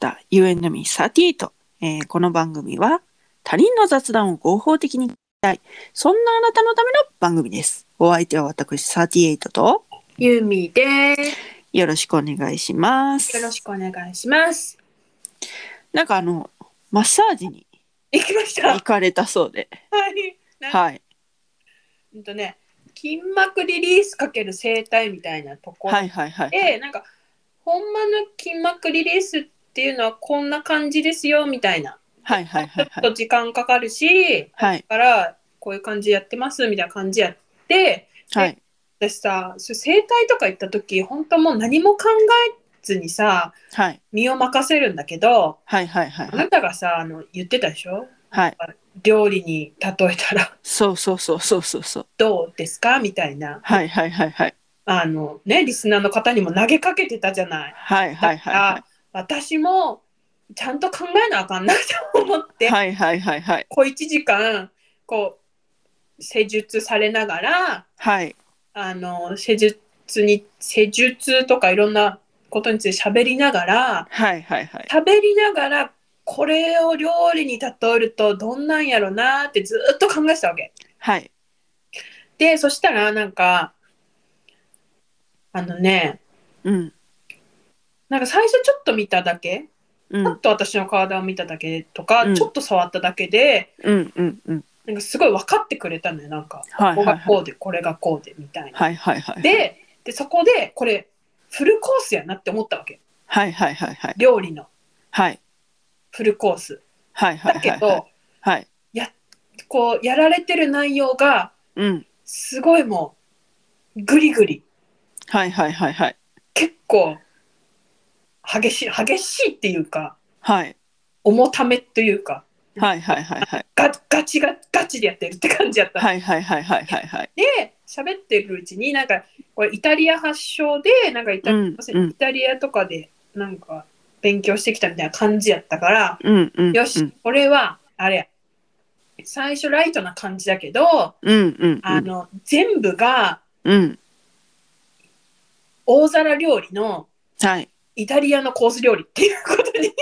You and me38、この番組は他人の雑談を合法的に聞きたい、そんなあなたのための番組です。お相手は私38とゆみです。 よろしくお願いします。 よろしくお願いします。 なんかマッサージに行きました。 行かれたそうで、はい。 筋膜リリース×整体みたいなところで、なんかほんまの筋膜リリースっていうのはこんな感じですよみたいな。ちょっと時間かかるし、だからこういう感じやってますみたいな感じやって、私さ、整体とか行った時、本当もう何も考えずにさ、身を任せるんだけど、あなたがさ、言ってたでしょ？料理に例えたらそうどうですかみたいな、リスナーの方にも投げかけてたじゃない。だから私もちゃんと考えなあかんなと思って、小1時間こう施術されながら、施術とかいろんなことについて喋りながら、これを料理に例えるとどんなんやろなってずっと考えてたわけ。で、そしたらなんかなんか最初ちょっと見ただけ、ちょっと私の体を見ただけとか、ちょっと触っただけで、なんかすごい分かってくれたのよ。なんかここがこうで、これがこうでみたいな。で、そこでこれフルコースやなって思ったわけ。料理のフルコース。だけど、こうやられてる内容がすごいもうグリグリ。結構激しいっていうか、重ためというか、ガチでやってるって感じやった。で、喋ってるうちになんかこれイタリア発祥で、なんかイタリアとかでなんか勉強してきたみたいな感じやったから、よし、これはあれや、最初ライトな感じだけど、全部が大皿料理のイタリアのコース料理っていうことに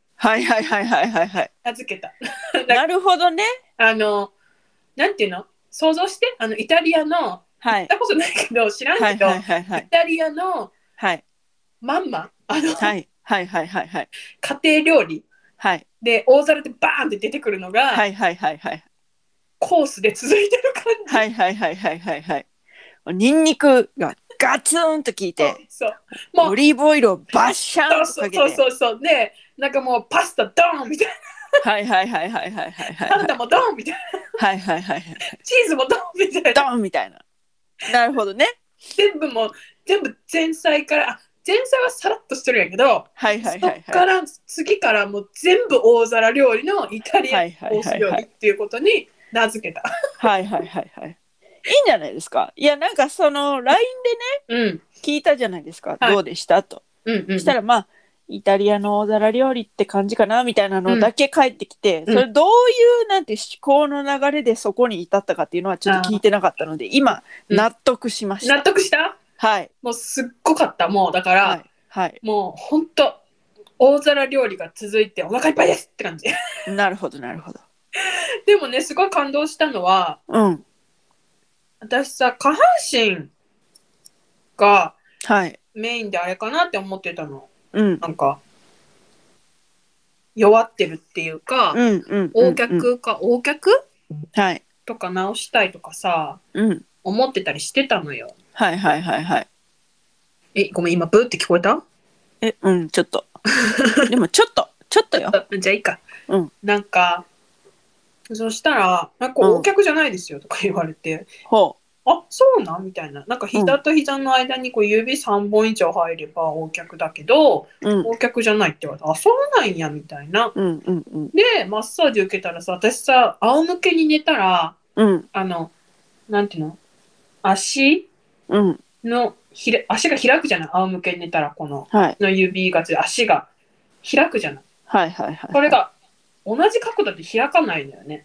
名付けた。 なるほどね。 なんていうの、想像して、イタリアの、行ったことないけど知らんけど、イタリアのまんま家庭料理で大皿でバーンって出てくるのがコースで続いてる感じ。 ニンニクがガツンと効いて、オリーブオイルをバッシャンとかけて、 そうで、なんかもうパスタドーンみたいな、パンダもドーンみたいな、チーズもドーンみたいな、 ドーンみたいな。なるほどね。 全部前菜から、前菜はさらっとしてるんやけど、そっから次からもう全部大皿料理のイタリアコース料理っていうことに名付けた。 いいんじゃないですか。いや、なんかその LINE でね、聞いたじゃないですか。どうでしたと。したらイタリアの大皿料理って感じかなみたいなのだけ返ってきて、それどういうなんて思考の流れでそこに至ったかっていうのはちょっと聞いてなかったので、今納得しました。 納得した？もうすっごかった。もうだから、もうほんと大皿料理が続いてお腹いっぱいですって感じ。 なるほど。 でもね、すごい感動したのは、私さ、下半身がメインであれかなって思ってたの。なんか弱ってるっていうか、横脚とか直したいとかさ、思ってたりしてたのよ。ごめん、今ブーって聞こえた？ ちょっと。でもちょっとよ。 じゃあいいか。なんかそしたら、なんか横脚じゃないですよとか言われて、あ、そうなんみたいな。なんか膝と膝の間にこう指3本以上入れば横脚だけど、横脚じゃないって言われて、あ、そうなんやみたいな。で、マッサージ受けたらさ、私さ、仰向けに寝たら、なんていうの、足が開くじゃない。仰向けに寝たら、この指が足が開くじゃない。これが同じ角度で開かないのよね。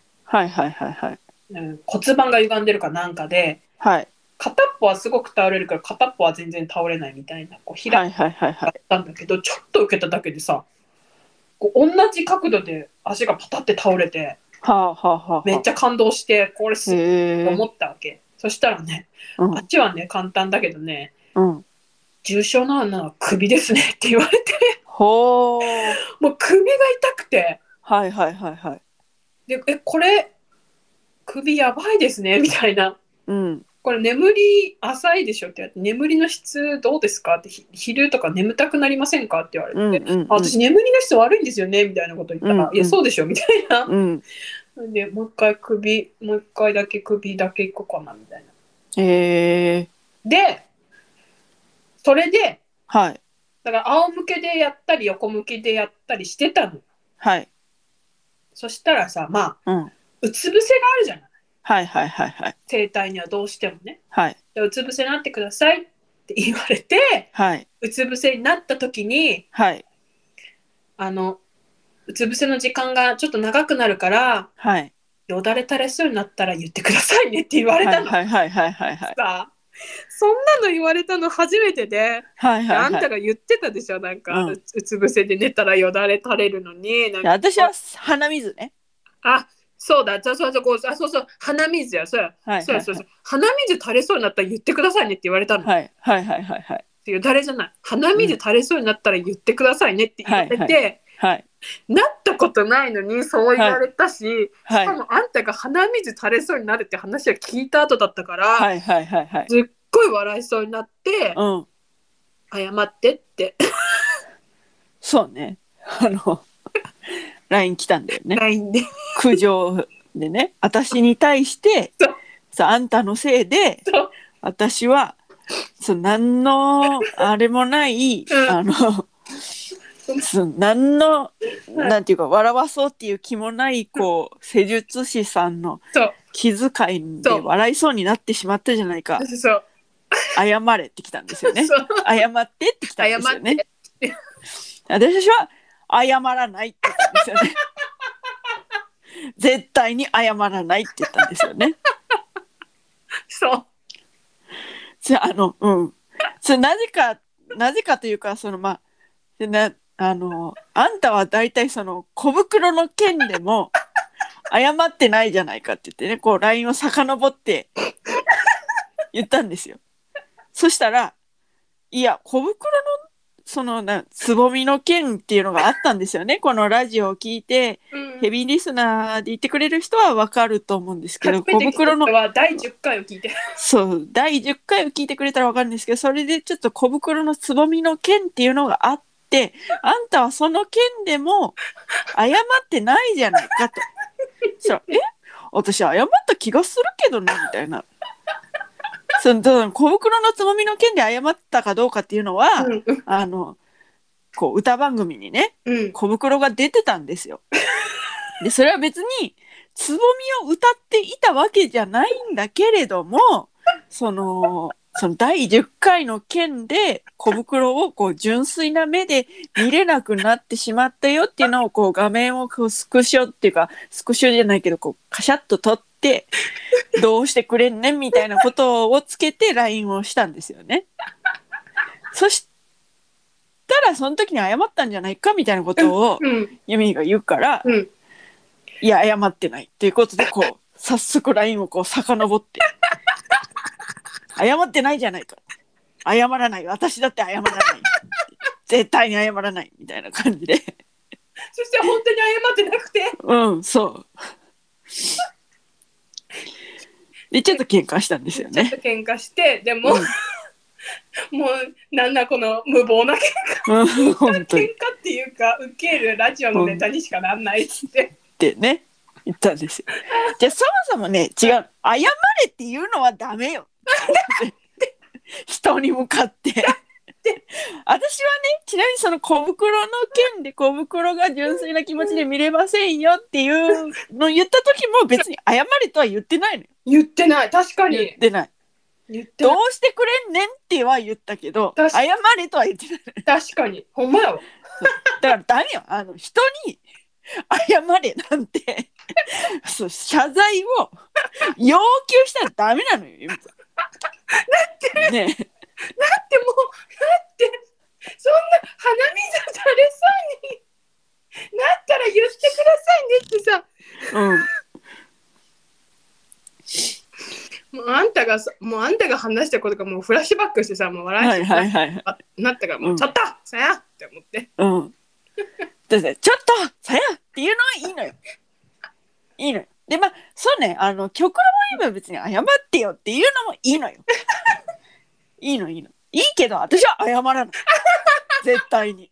骨盤が歪んでるかなんかで、片っぽはすごく倒れるから片っぽは全然倒れないみたいな、こう開いたんだけど、ちょっと受けただけでさ、 こう同じ角度で足がパタって倒れて、めっちゃ感動して、これすごいと思ったわけ。そしたらね、足はね簡単だけどね、重症なのは首ですねって言われて、もう首が痛くて、でこれ首やばいですねみたいな、これ眠り浅いでしょって言われて、眠りの質どうですかって、昼とか眠たくなりませんかって言われて、私眠りの質悪いんですよねみたいなこと言ったら、いやそうでしょみたいな、でもう一回だけ首だけいこうかなみたいな。でそれで、だから仰向けでやったり横向きでやったりしてたの。そしたらさ、まあ、うつ伏せがあるじゃない。声帯にはどうしてもね。うつ伏せになってくださいって言われて、うつ伏せになった時に、うつ伏せの時間がちょっと長くなるから、よだれ垂れそうになったら言ってくださいねって言われたの。さあ、そんなの言われたの初めてで、あんたが言ってたでしょ、なんか、うつ伏せで寝たらよだれ垂れるのに。 私は鼻水ね。 あ、そうだ、そう鼻水や、そう鼻水垂れそうになったら言ってくださいねって言われたの。よだれじゃない、鼻水垂れそうになったら言ってくださいねって言われて、なったことないのにそう言われたし、しかもあんたが鼻水垂れそうになるって話は聞いた後だったから、すっごい笑いそうになって、謝ってってそうね、LINE 来たんだよね。 LINE で苦情でね、私に対してさ、あんたのせいで私は何のあれもない、何のなんていうか笑わそうっていう気もないこう施術師さんの気遣いで笑いそうになってしまったじゃないか。謝れってきたんですよね。謝ってってきたんですよね。私は謝らないって言ったんですよね。絶対に謝らないって言ったんですよね。なぜかというか、あんたはだいたい小袋の件でも謝ってないじゃないかって言ってね、こう LINE を遡って言ったんですよ。そしたら、いや小袋のつぼみの件っていうのがあったんですよね。このラジオを聞いて、ヘビーリスナーで言ってくれる人は分かると思うんですけど、 小袋の第10回を聞いて、 そう第10回を聞いてくれたら分かるんですけど、それでちょっと小袋のつぼみの件っていうのがあって、あんたはその件でも謝ってないじゃないかと。そしたら私謝った気がするけどねみたいな。小袋のつぼみの件で謝ったかどうかっていうのは、こう歌番組にね、小袋が出てたんですよ。でそれは別につぼみを歌っていたわけじゃないんだけれども、その第10回の件で小袋をこう純粋な目で見れなくなってしまったよっていうのをこう画面をこうスクショっていうか、スクショじゃないけどこうカシャッと撮ってどうしてくれんねんみたいなことをつけて LINE をしたんですよね。そしたらその時に謝ったんじゃないかみたいなことをユミが言うから、いや謝ってないっていうことでこう早速 LINE をこう遡って謝ってないじゃないか、謝らない、私だって謝らない絶対に謝らないみたいな感じで、そして本当に謝ってなくて、 そうでちょっと喧嘩したんですよね。 ちょっと喧嘩して、でも、もうなんだこの無謀な喧嘩、喧嘩っていうか受けるラジオのネタにしかなんないってね言ったんですよ。じゃあそもそもね、違う、謝れっていうのはダメよ人に向かって私はね、ちなみにその小袋の件で小袋が純粋な気持ちで見れませんよっていうのを言った時も別に謝れとは言ってないのよ。 言ってない、確かに言ってない。どうしてくれんねんっては言ったけど謝れとは言ってない。 確かに、ほんまやわ。 だからダメよ、人に謝れなんてそう謝罪を要求したらダメなのよ、ゆみさん。 ねえ、だってもう、だってそんな鼻水垂れそうにもうあんたが話したことがもうフラッシュバックしてさ、もう笑いしてなったからもう、ちょっとさやって思って。 ちょっとさやっていうのはいいのよ。いいのよ。でそうね、極論を言えば別に謝ってよっていうのもいいのよ。いいの。いいけど私は謝らない。絶対に。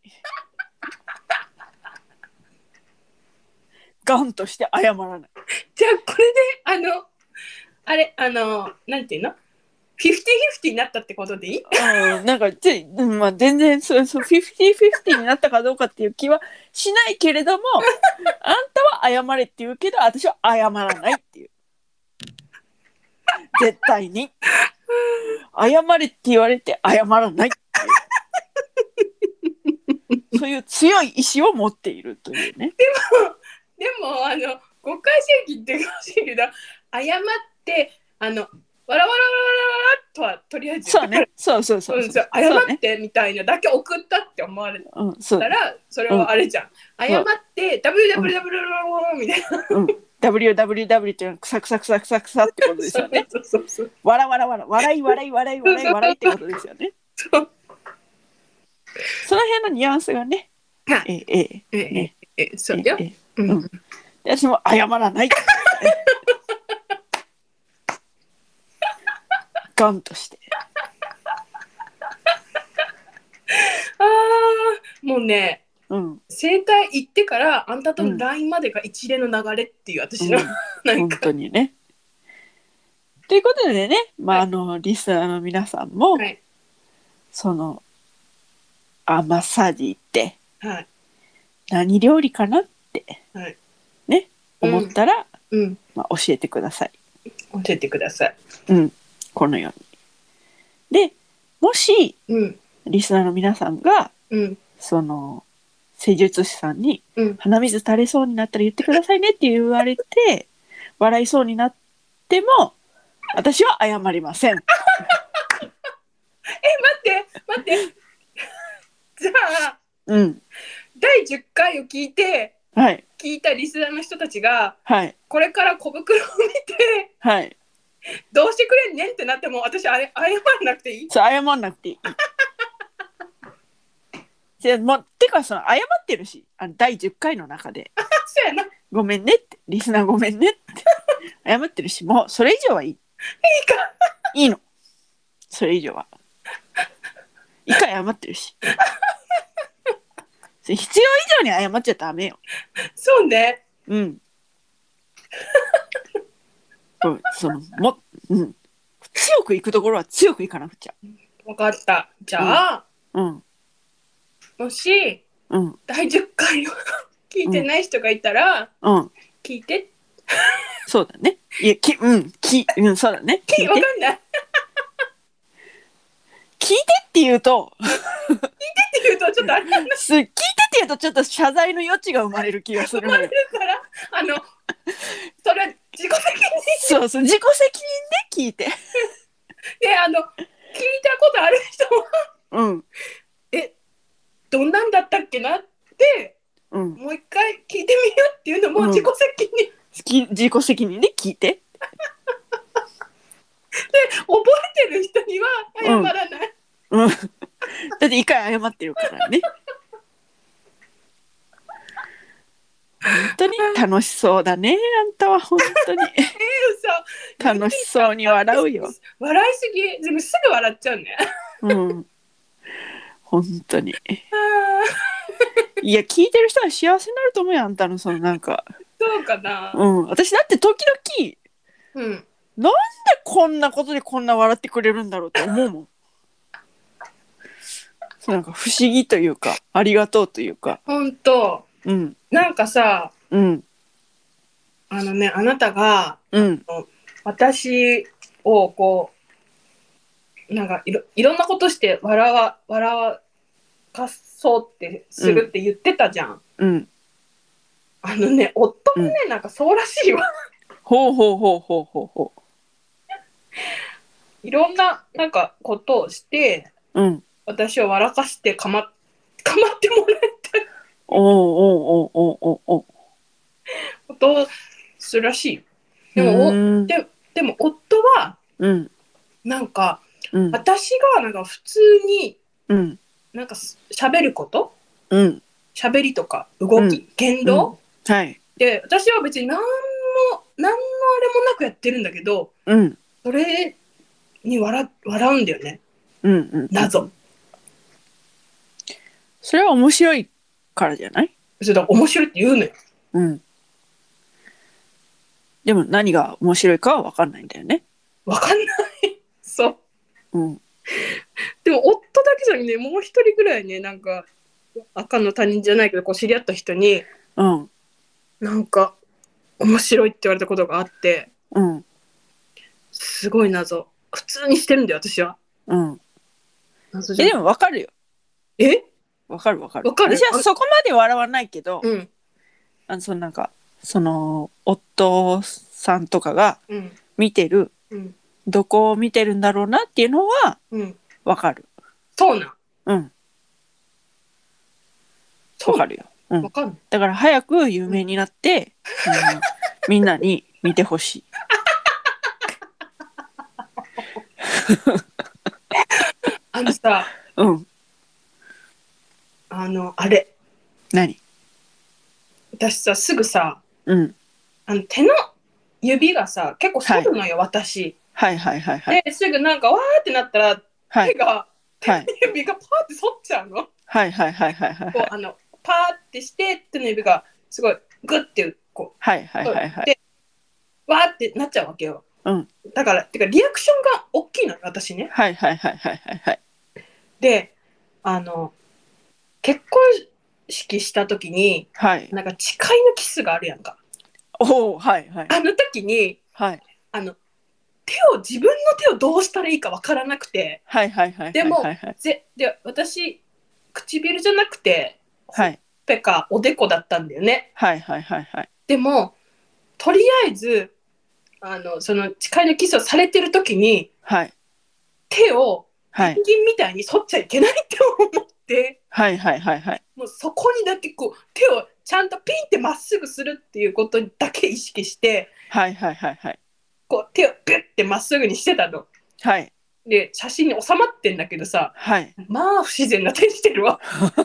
ガンとして謝らない。 じゃあこれでなんていうの？50-50になったってことでいい？ なんか全然50-50になったかどうかっていう気はしないけれどもあんたは謝れって言うけど私は謝らないっていう。絶対に謝れって言われて謝らないっていう、そういう強い意志を持っているというね。 でも誤解正義ってほしいけど、謝ってわらわらわらわらとはとりあえずそうね、そう、謝ってみたいなだけ送ったって思われたら、それはあれじゃん。謝って WWW みたいな。 WWW っていうのはクサクサってことですよね。わら笑いってことですよね。その辺のニュアンスがね。 そうよ。 私も謝らない。ガンとして。 もうね、正解言ってからあんたとの LINE までが一連の流れっていう私の、 本当にね。ということでね、リスナーの皆さんも、そのマッサージ行って、何料理かなって、ね、思ったら、教えてください。 教えてください。 このように。で、もし、リスナーの皆さんが、その施術師さんに、鼻水垂れそうになったら言ってくださいねって言われて笑いそうになっても私は謝りません。待ってじゃあ、第10回を聞いて、聞いたリスナーの人たちが、これから小袋を見て、どうしてくれんねんってなっても私謝らなくていい？ 謝らなくていい。てか謝ってるし、第10回の中でそうやな、 ごめんねって、リスナーごめんねって謝ってるし、もうそれ以上はいい。いいの、それ以上は一回謝ってるし必要以上に謝っちゃダメよ。 そうね。 強くいくところは強くいかなくちゃ。 分かった。じゃあ、もし、第10回を聞いてない人がいたら、聞いて。 そうだね。そうだね。 分かんない。 聞いてって言うとちょっとあれなんだ。 聞いてって言うとちょっと謝罪の余地が生まれる気がする。 生まれるからそれ自己責任。 そう自己責任で聞いて。 で聞いたことある人は、どんなんだったっけなって、もう一回聞いてみようっていうのも自己責任。 自己責任で聞いて。で覚えてる人には謝らない。 だって一回謝ってるからね。本当に楽しそうだね、あんたは本当に。楽しそうに笑うよ。 笑いすぎ、でもすぐ笑っちゃうね。 本当に。いや、聞いてる人は幸せになると思うよ、あんたのなんか。 そうかな。 私だって時々、なんでこんなことでこんな笑ってくれるんだろうって思うもん。なんか不思議というか、ありがとうというか。 本当。なんかさ、あなたが、私をこうなんかいろんなことして笑わかそうってするって言ってたじゃん。夫もね、なんかそうらしいわ。 ほう。 いろんななんかことをして、私を笑かしてかまってもらってことを通らしいよ。でも夫は、なんか、私がなんか普通に、なんか喋ること、喋りとか動き、言動、で、私は別に何のあれもなくやってるんだけど、それに笑うんだよね。謎。 それは面白いからじゃない？ それだ面白いって言うのよ。 でも何が面白いかは分かんないんだよね。 分かんない。そう。でも夫だけじゃなくてもう一人ぐらいね、なんか赤の他人じゃないけどこう知り合った人に、なんか面白いって言われたことがあって、すごい謎。普通にしてるんだよ私は。 謎じゃん。でも分かるよ。分かる。私はそこまで笑わないけど、なんかその夫さんとかが見てる、どこを見てるんだろうなっていうのは分かる。 そうなん。 分かるよ。だから早く有名になって、みんなに見てほしい。 さ、あれ。 何？ 私さ、すぐさ、手の指がさ、結構反るのよ、私。で、すぐなんか、わーってなったら、手の指がパーって反っちゃうの。パーってして、手の指がすごいグッてこう。で、わーってなっちゃうわけよ。だから、リアクションが大きいのよ、私ね。で、結婚式した時に、なんか誓いのキスがあるやんか。あの時に、自分の手をどうしたらいいかわからなくて、でも私唇じゃなくてほっぺかおでこだったんだよね。でもとりあえずその誓いのキスをされてる時に、手をペンギンみたいに反っちゃいけないって思って、もうそこにだけこう手をちゃんとピンってまっすぐするっていうことだけ意識して、こう手をグッてまっすぐにしてたの。で写真に収まってんだけどさ、まあ不自然な手してるわ。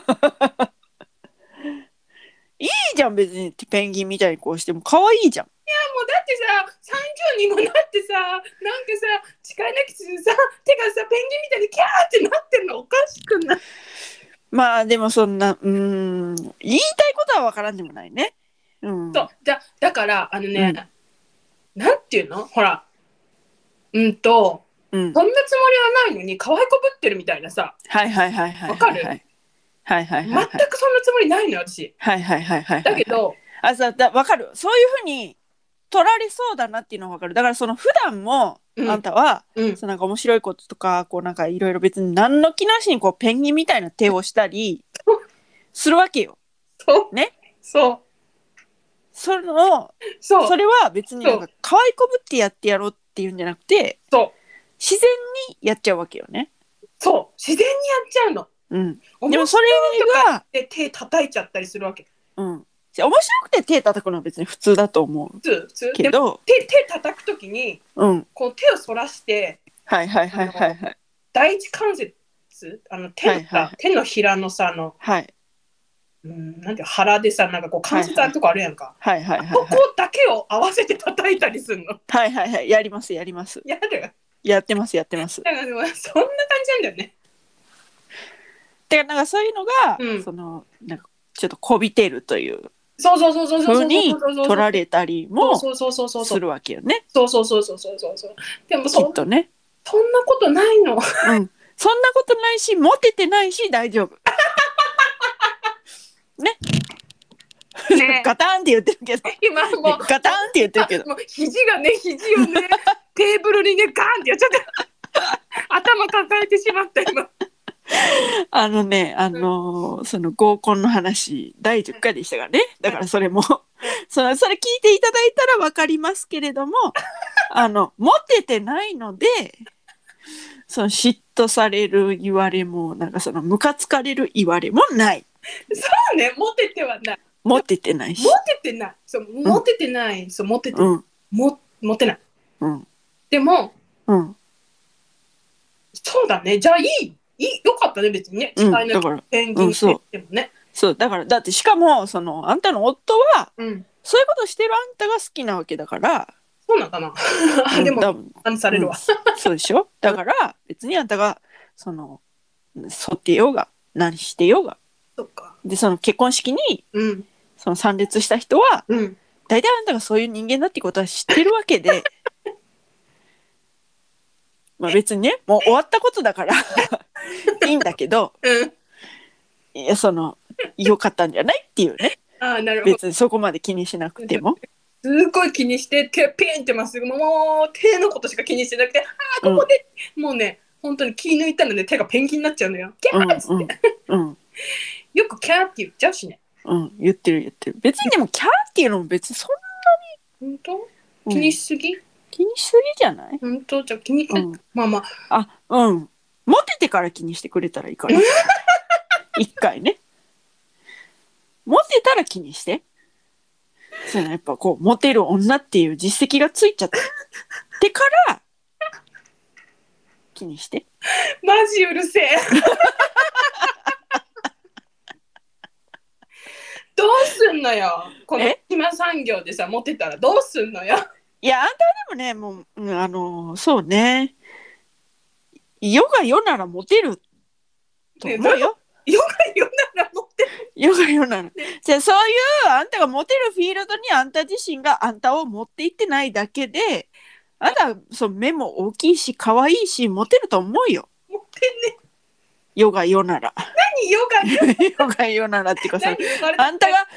いいじゃん別にペンギンみたいにこうしても可愛いじゃん。いやもうだってさ30にもなってさ、なんかさ誓いなきしさ手がさペンギンみたいにキャーってなってんのおかしくない？ まあでもそんな言いたいことは分からんでもないね。 そうだからなんていうの、ほらそんなつもりはないのに可愛こぶってるみたいなさ。わかる？全くそんなつもりないのよ私。だけど分かる。そういうふうに取られそうだなっていうのは分かる。だからその普段もあんたは、なんか面白いこととかこうなんかいろいろ別に何の気なしにこうペンギンみたいな手をしたりするわけよ。ね。それは別になんか可愛こぶってやってやろうっていうんじゃなくて、自然にやっちゃうわけよね。 自然にやっちゃうの。 でもそれが手叩いちゃったりするわけ。 面白くて手叩くのは別に普通だと思うけど、 手叩くときに、こう手を反らして第一関節手のひらのさなんて腹でさなんかこう関節あるとこあるやんか。ここだけを合わせて叩いたりするの。 やります。やってます。 だからそんな感じなんだよね。 だからなんかそういうのが、そのなんかちょっとこびてるという風に取られたりもするわけよね。 でもきっとね。 そんなことないの。 そんなことないしモテてないし大丈夫。ね。ガタンって言ってるけど。 今もうガタンって言ってるけど。 もう肘をねテーブルにねガーンってやっちゃって頭抱えてしまった今。 その合コンの話第10回でしたからね。だからそれもそれ聞いていただいたら分かりますけれども、モテてないのでその嫉妬される言われもなんかそのムカつかれる言われもない。 そうね、モテてはない。 モテてないし。 モテてない。そう、モテてない。そう、モテてない。モテない。でも、そうだね。じゃあよかったね、別にね。期待のペンギンでもね。 そう、だから、だってしかも、あんたの夫は、そういうことしてるあんたが好きなわけだから。 そうなのかな。でも、されるわ。 そうでしょ。だから、別にあんたが、剃ってようが、何してようが。で、結婚式に、参列した人は、大体あんたがそういう人間だってことは知ってるわけで、まあ別にね、もう終わったことだからいいんだけど、いや、良かったんじゃないっていうね。 なるほど。 別にそこまで気にしなくても。 すごい気にして、手ピンってまっすぐ、もう手のことしか気にしてなくて、ここで、もうね、本当に気抜いたらね、手がペンギンになっちゃうのよ。キャーッつって。よくキャーって言っちゃうしね。 言ってる。別にでもキャーっていうのも別にそんなに。本当？気にしすぎ？ 気にしすぎじゃない？ 本当？じゃあ気に、まあまあ。モテてから気にしてくれたらいいから。一回ね。モテたら気にして。そうやっぱこう、モテる女っていう実績がついちゃってから、気にして。 マジうるせえ。どうすんのよ。この島産業でさ、モテたらどうすんのよ。 いや、あんたはでもね、もう、そうね。世が世ならモテると思うよ。 世が世ならモテる。 世が世なら。じゃあそういうあんたがモテるフィールドにあんた自身があんたを持っていってないだけで、あんたは目も大きいし可愛いしモテると思うよ。 モテね。 世が世なら。 何世が世ならっていうかさ、あんたが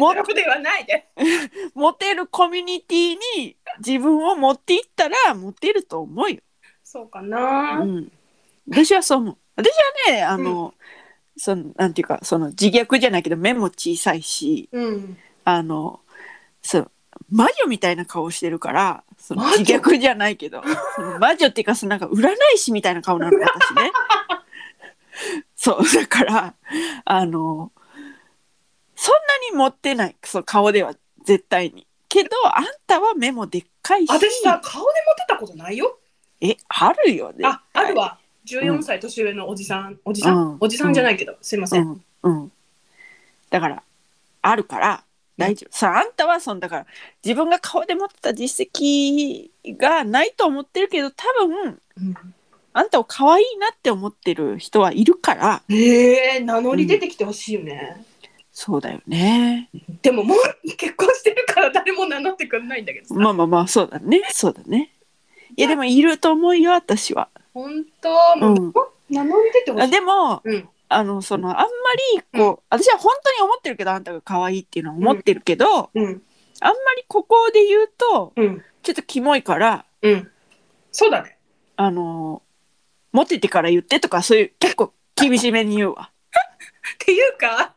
モテるコミュニティに自分を持っていったらモテると思うよ。 そうかな。 私はそう思う。私はね、なんていうか、自虐じゃないけど目も小さいし、魔女みたいな顔してるから、自虐じゃないけど、魔女っていうか、なんか占い師みたいな顔なの、私ね。そう、だから、そんなに持ってない、顔では絶対に。けど、あんたは目もでっかいし。 私さ、顔でモテたことないよ。 あるよね。 あるわ。14歳年上のおじさん。おじさんじゃないけど、すいません。 だから、あるから、大丈夫。さあ、あんたはだから、自分が顔で持ってた実績がないと思ってるけど、多分、あんたを可愛いなって思ってる人はいるから。 名乗り出てきてほしいよね。 そうだよね。 でももう結婚してるから誰も名乗ってくんないんだけどさ。 まあ、そうだね。いや、でもいると思うよ、私は。 本当？名乗り出てほしい。 でも、あんまり私は本当に思ってるけど、あんたが可愛いっていうのは思ってるけど、あんまりここで言うと、ちょっとキモいから、 そうだね。 モテてから言ってとか、そういう結構厳しめに言うわ。 っていうか、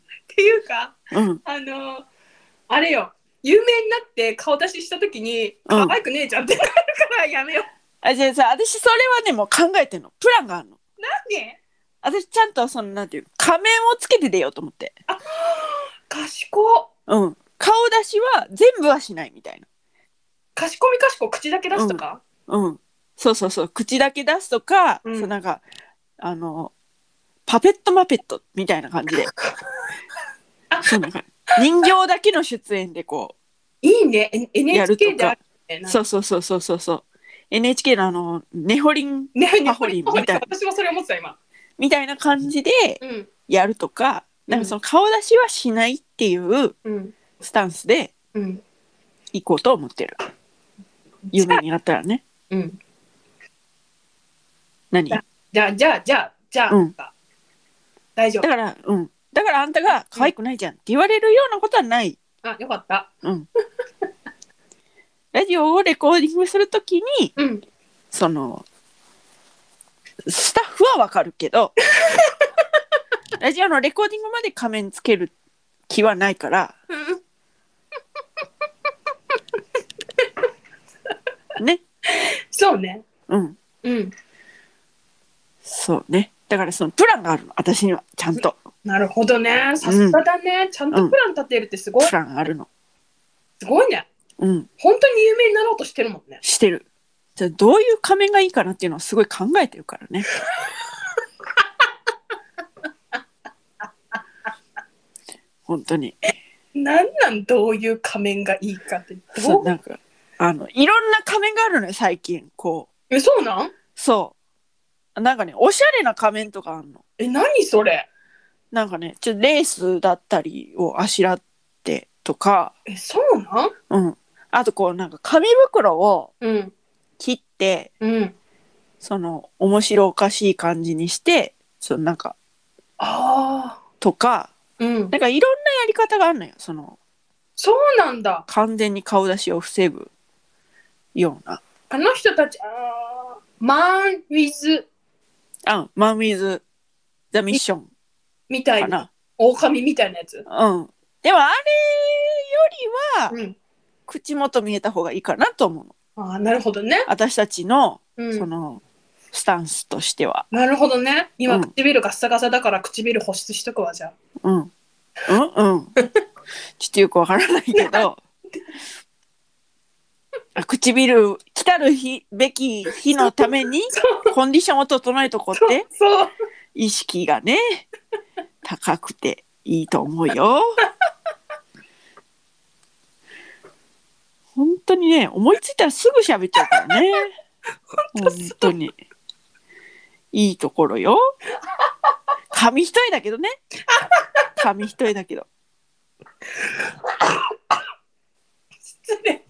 あれよ、有名になって顔出しした時に、可愛くねえじゃんってなるからやめよう。 じゃあさ、私それはね、もう考えてんの。プランがあるの。 何？ 私ちゃんとなんていう仮面をつけて出ようと思って。 賢っ。顔出しは全部はしないみたいな。 口だけ出すとか？ そう。口だけ出すとか、なんか、パペットマペットみたいな感じで。なんか人形だけの出演でこう。いいね。NHK であるね。そう。NHK のネホリンパホリンみたいな。 私もそれ思ってた今。 みたいな感じでやるとか、なんか顔出しはしないっていうスタンスで行こうと思ってる。夢になったらね。何？ じゃあ、大丈夫。 だからあんたが可愛くないじゃんって言われるようなことはない。 よかった。 ラジオをレコーディングするときに、スタッフはわかるけど、ラジオのレコーディングまで仮面つける気はないから。ね。 そうね。 そうね。 だからそのプランがあるの、私にはちゃんと。 なるほどね。さすがだね、ちゃんとプラン立てるってすごい。 プランあるの。 すごいね。本当に有名になろうとしてるもんね。 してる。じゃあどういう仮面がいいかなっていうのをすごい考えてるからね。本当に。 なんどういう仮面がいいかってそう、なんかいろんな仮面があるのよ最近。こう。そうなん？ そう。なんかね、おしゃれな仮面とかあるの。 何それ？ なんかね、ちょっとレースだったりをあしらってとか。 そうなん？ あとこうなんか紙袋を切って、その面白おかしい感じにして、そのなんかとか、なんかいろんなやり方があるのよ。 そうなんだ。 完全に顔出しを防ぐような。 あの人たち、マン・ウィズ。 マン・ウィズ・ザ・ミッション。 みたいな。狼みたいなやつ。 でもあれよりは、口元見えた方がいいかなと思うの。なるほどね。 私たちの、そのスタンスとしては。 なるほどね。今、唇ガッサガサだから唇保湿しとくわ、じゃあ。ちょっとよくわからないけど唇来たるべき日のためにコンディションを整えとこうって意識がね高くていいと思うよ。本当にね、思いついたらすぐ喋っちゃうからね。本当にいいところよ。紙一重だけどね。紙一重だけど。 失礼。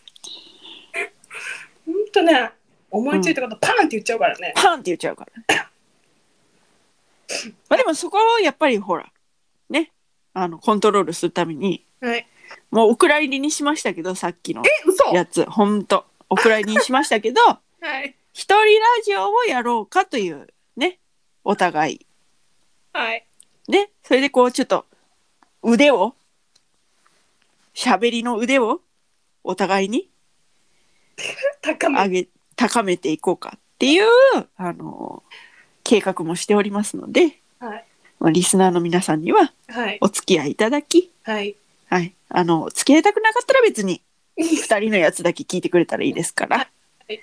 ほんとね、思いついたことパンって言っちゃうからね。 パンって言っちゃうから。まあでもそこをやっぱりほらね、コントロールするために、もうお蔵入りにしましたけど、さっきのやつほんとお蔵入りにしましたけど、一人ラジオをやろうかというね、お互いね、それでこうちょっと腕を喋りの腕をお互いに高めていこうかっていう計画もしておりますので、リスナーの皆さんにはお付き合いいただき、付き合いたくなかったら別に2人のやつだけ聞いてくれたらいいですから、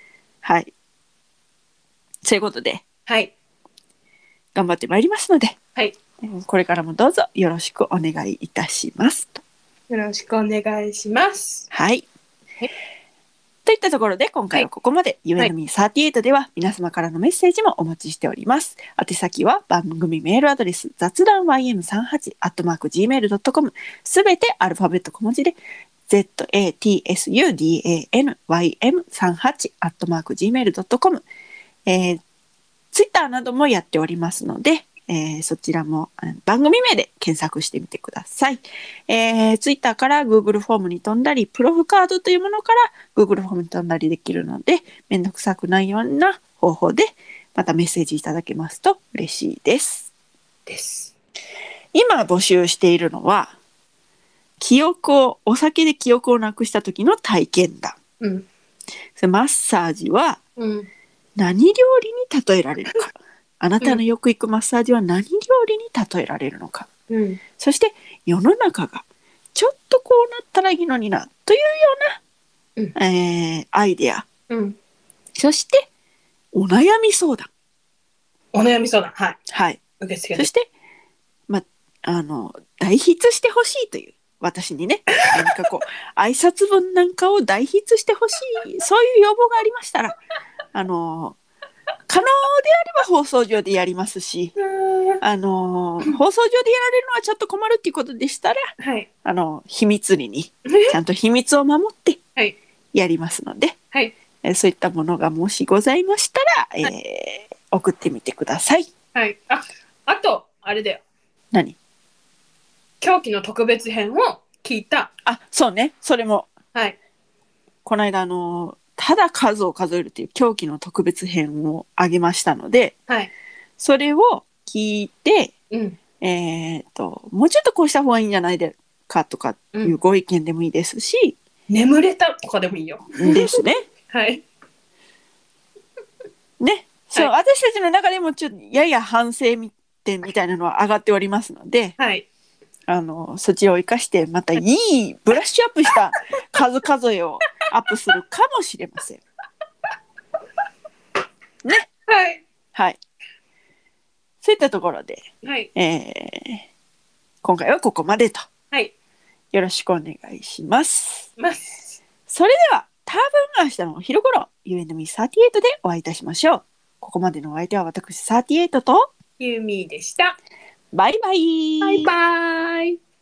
そういうことで、頑張ってまいりますので、これからもどうぞよろしくお願いいたしますと。 よろしくお願いします。 といったところで今回はここまで。ゆえのみ38では皆様からのメッセージもお待ちしております。宛先は番組メールアドレス雑談 ym38@gmail.com、 すべてアルファベット小文字で zatsudanym38@gmail.com、 ツイッターなどもやっておりますので、そちらも番組名で検索してみてください。ツイッターから Google フォームに飛んだり、プロフカードというものから Google フォームに飛んだりできるので、めんどくさくないような方法でまたメッセージいただけますと嬉しいです。今募集しているのは、お酒で記憶をなくした時の体験談。マッサージは何料理に例えられるか。あなたのよく行くマッサージは何料理に例えられるのか、そして世の中がちょっとこうなったらいいのになというような、アイデア、そしてお悩み相談、受け付け、そして、代筆してほしいという、私にね何かこう挨拶文なんかを代筆してほしい、そういう要望がありましたら可能であれば放送上でやりますし、放送上でやられるのはちょっと困るっていうことでしたら、秘密裏にちゃんと秘密を守ってやりますので、そういったものがもしございましたら、送ってみてください。 あとあれだよ。 何？ 狂気の特別編を聞いた。 そうね、それも。この間ただ数を数えるという狂気の特別編をあげましたので、それを聞いて、もうちょっとこうした方がいいんじゃないかとかいうご意見でもいいですし、眠れたとかでもいいよですね。 そう、私たちの中でもちょっとやや反省点みたいなのは上がっておりますので、 はい、 そちらを生かしてまたいいブラッシュアップした数えをアップするかもしれません。ね。 はい。 はい。そういったところで、 はい、 今回はここまでと。 はい。 よろしくお願いします。 ます。 それでは、多分明日のお昼頃、You and me38 でお会いいたしましょう。ここまでのお相手は私38とユーミーでした。 バイバイ。 バイバイ。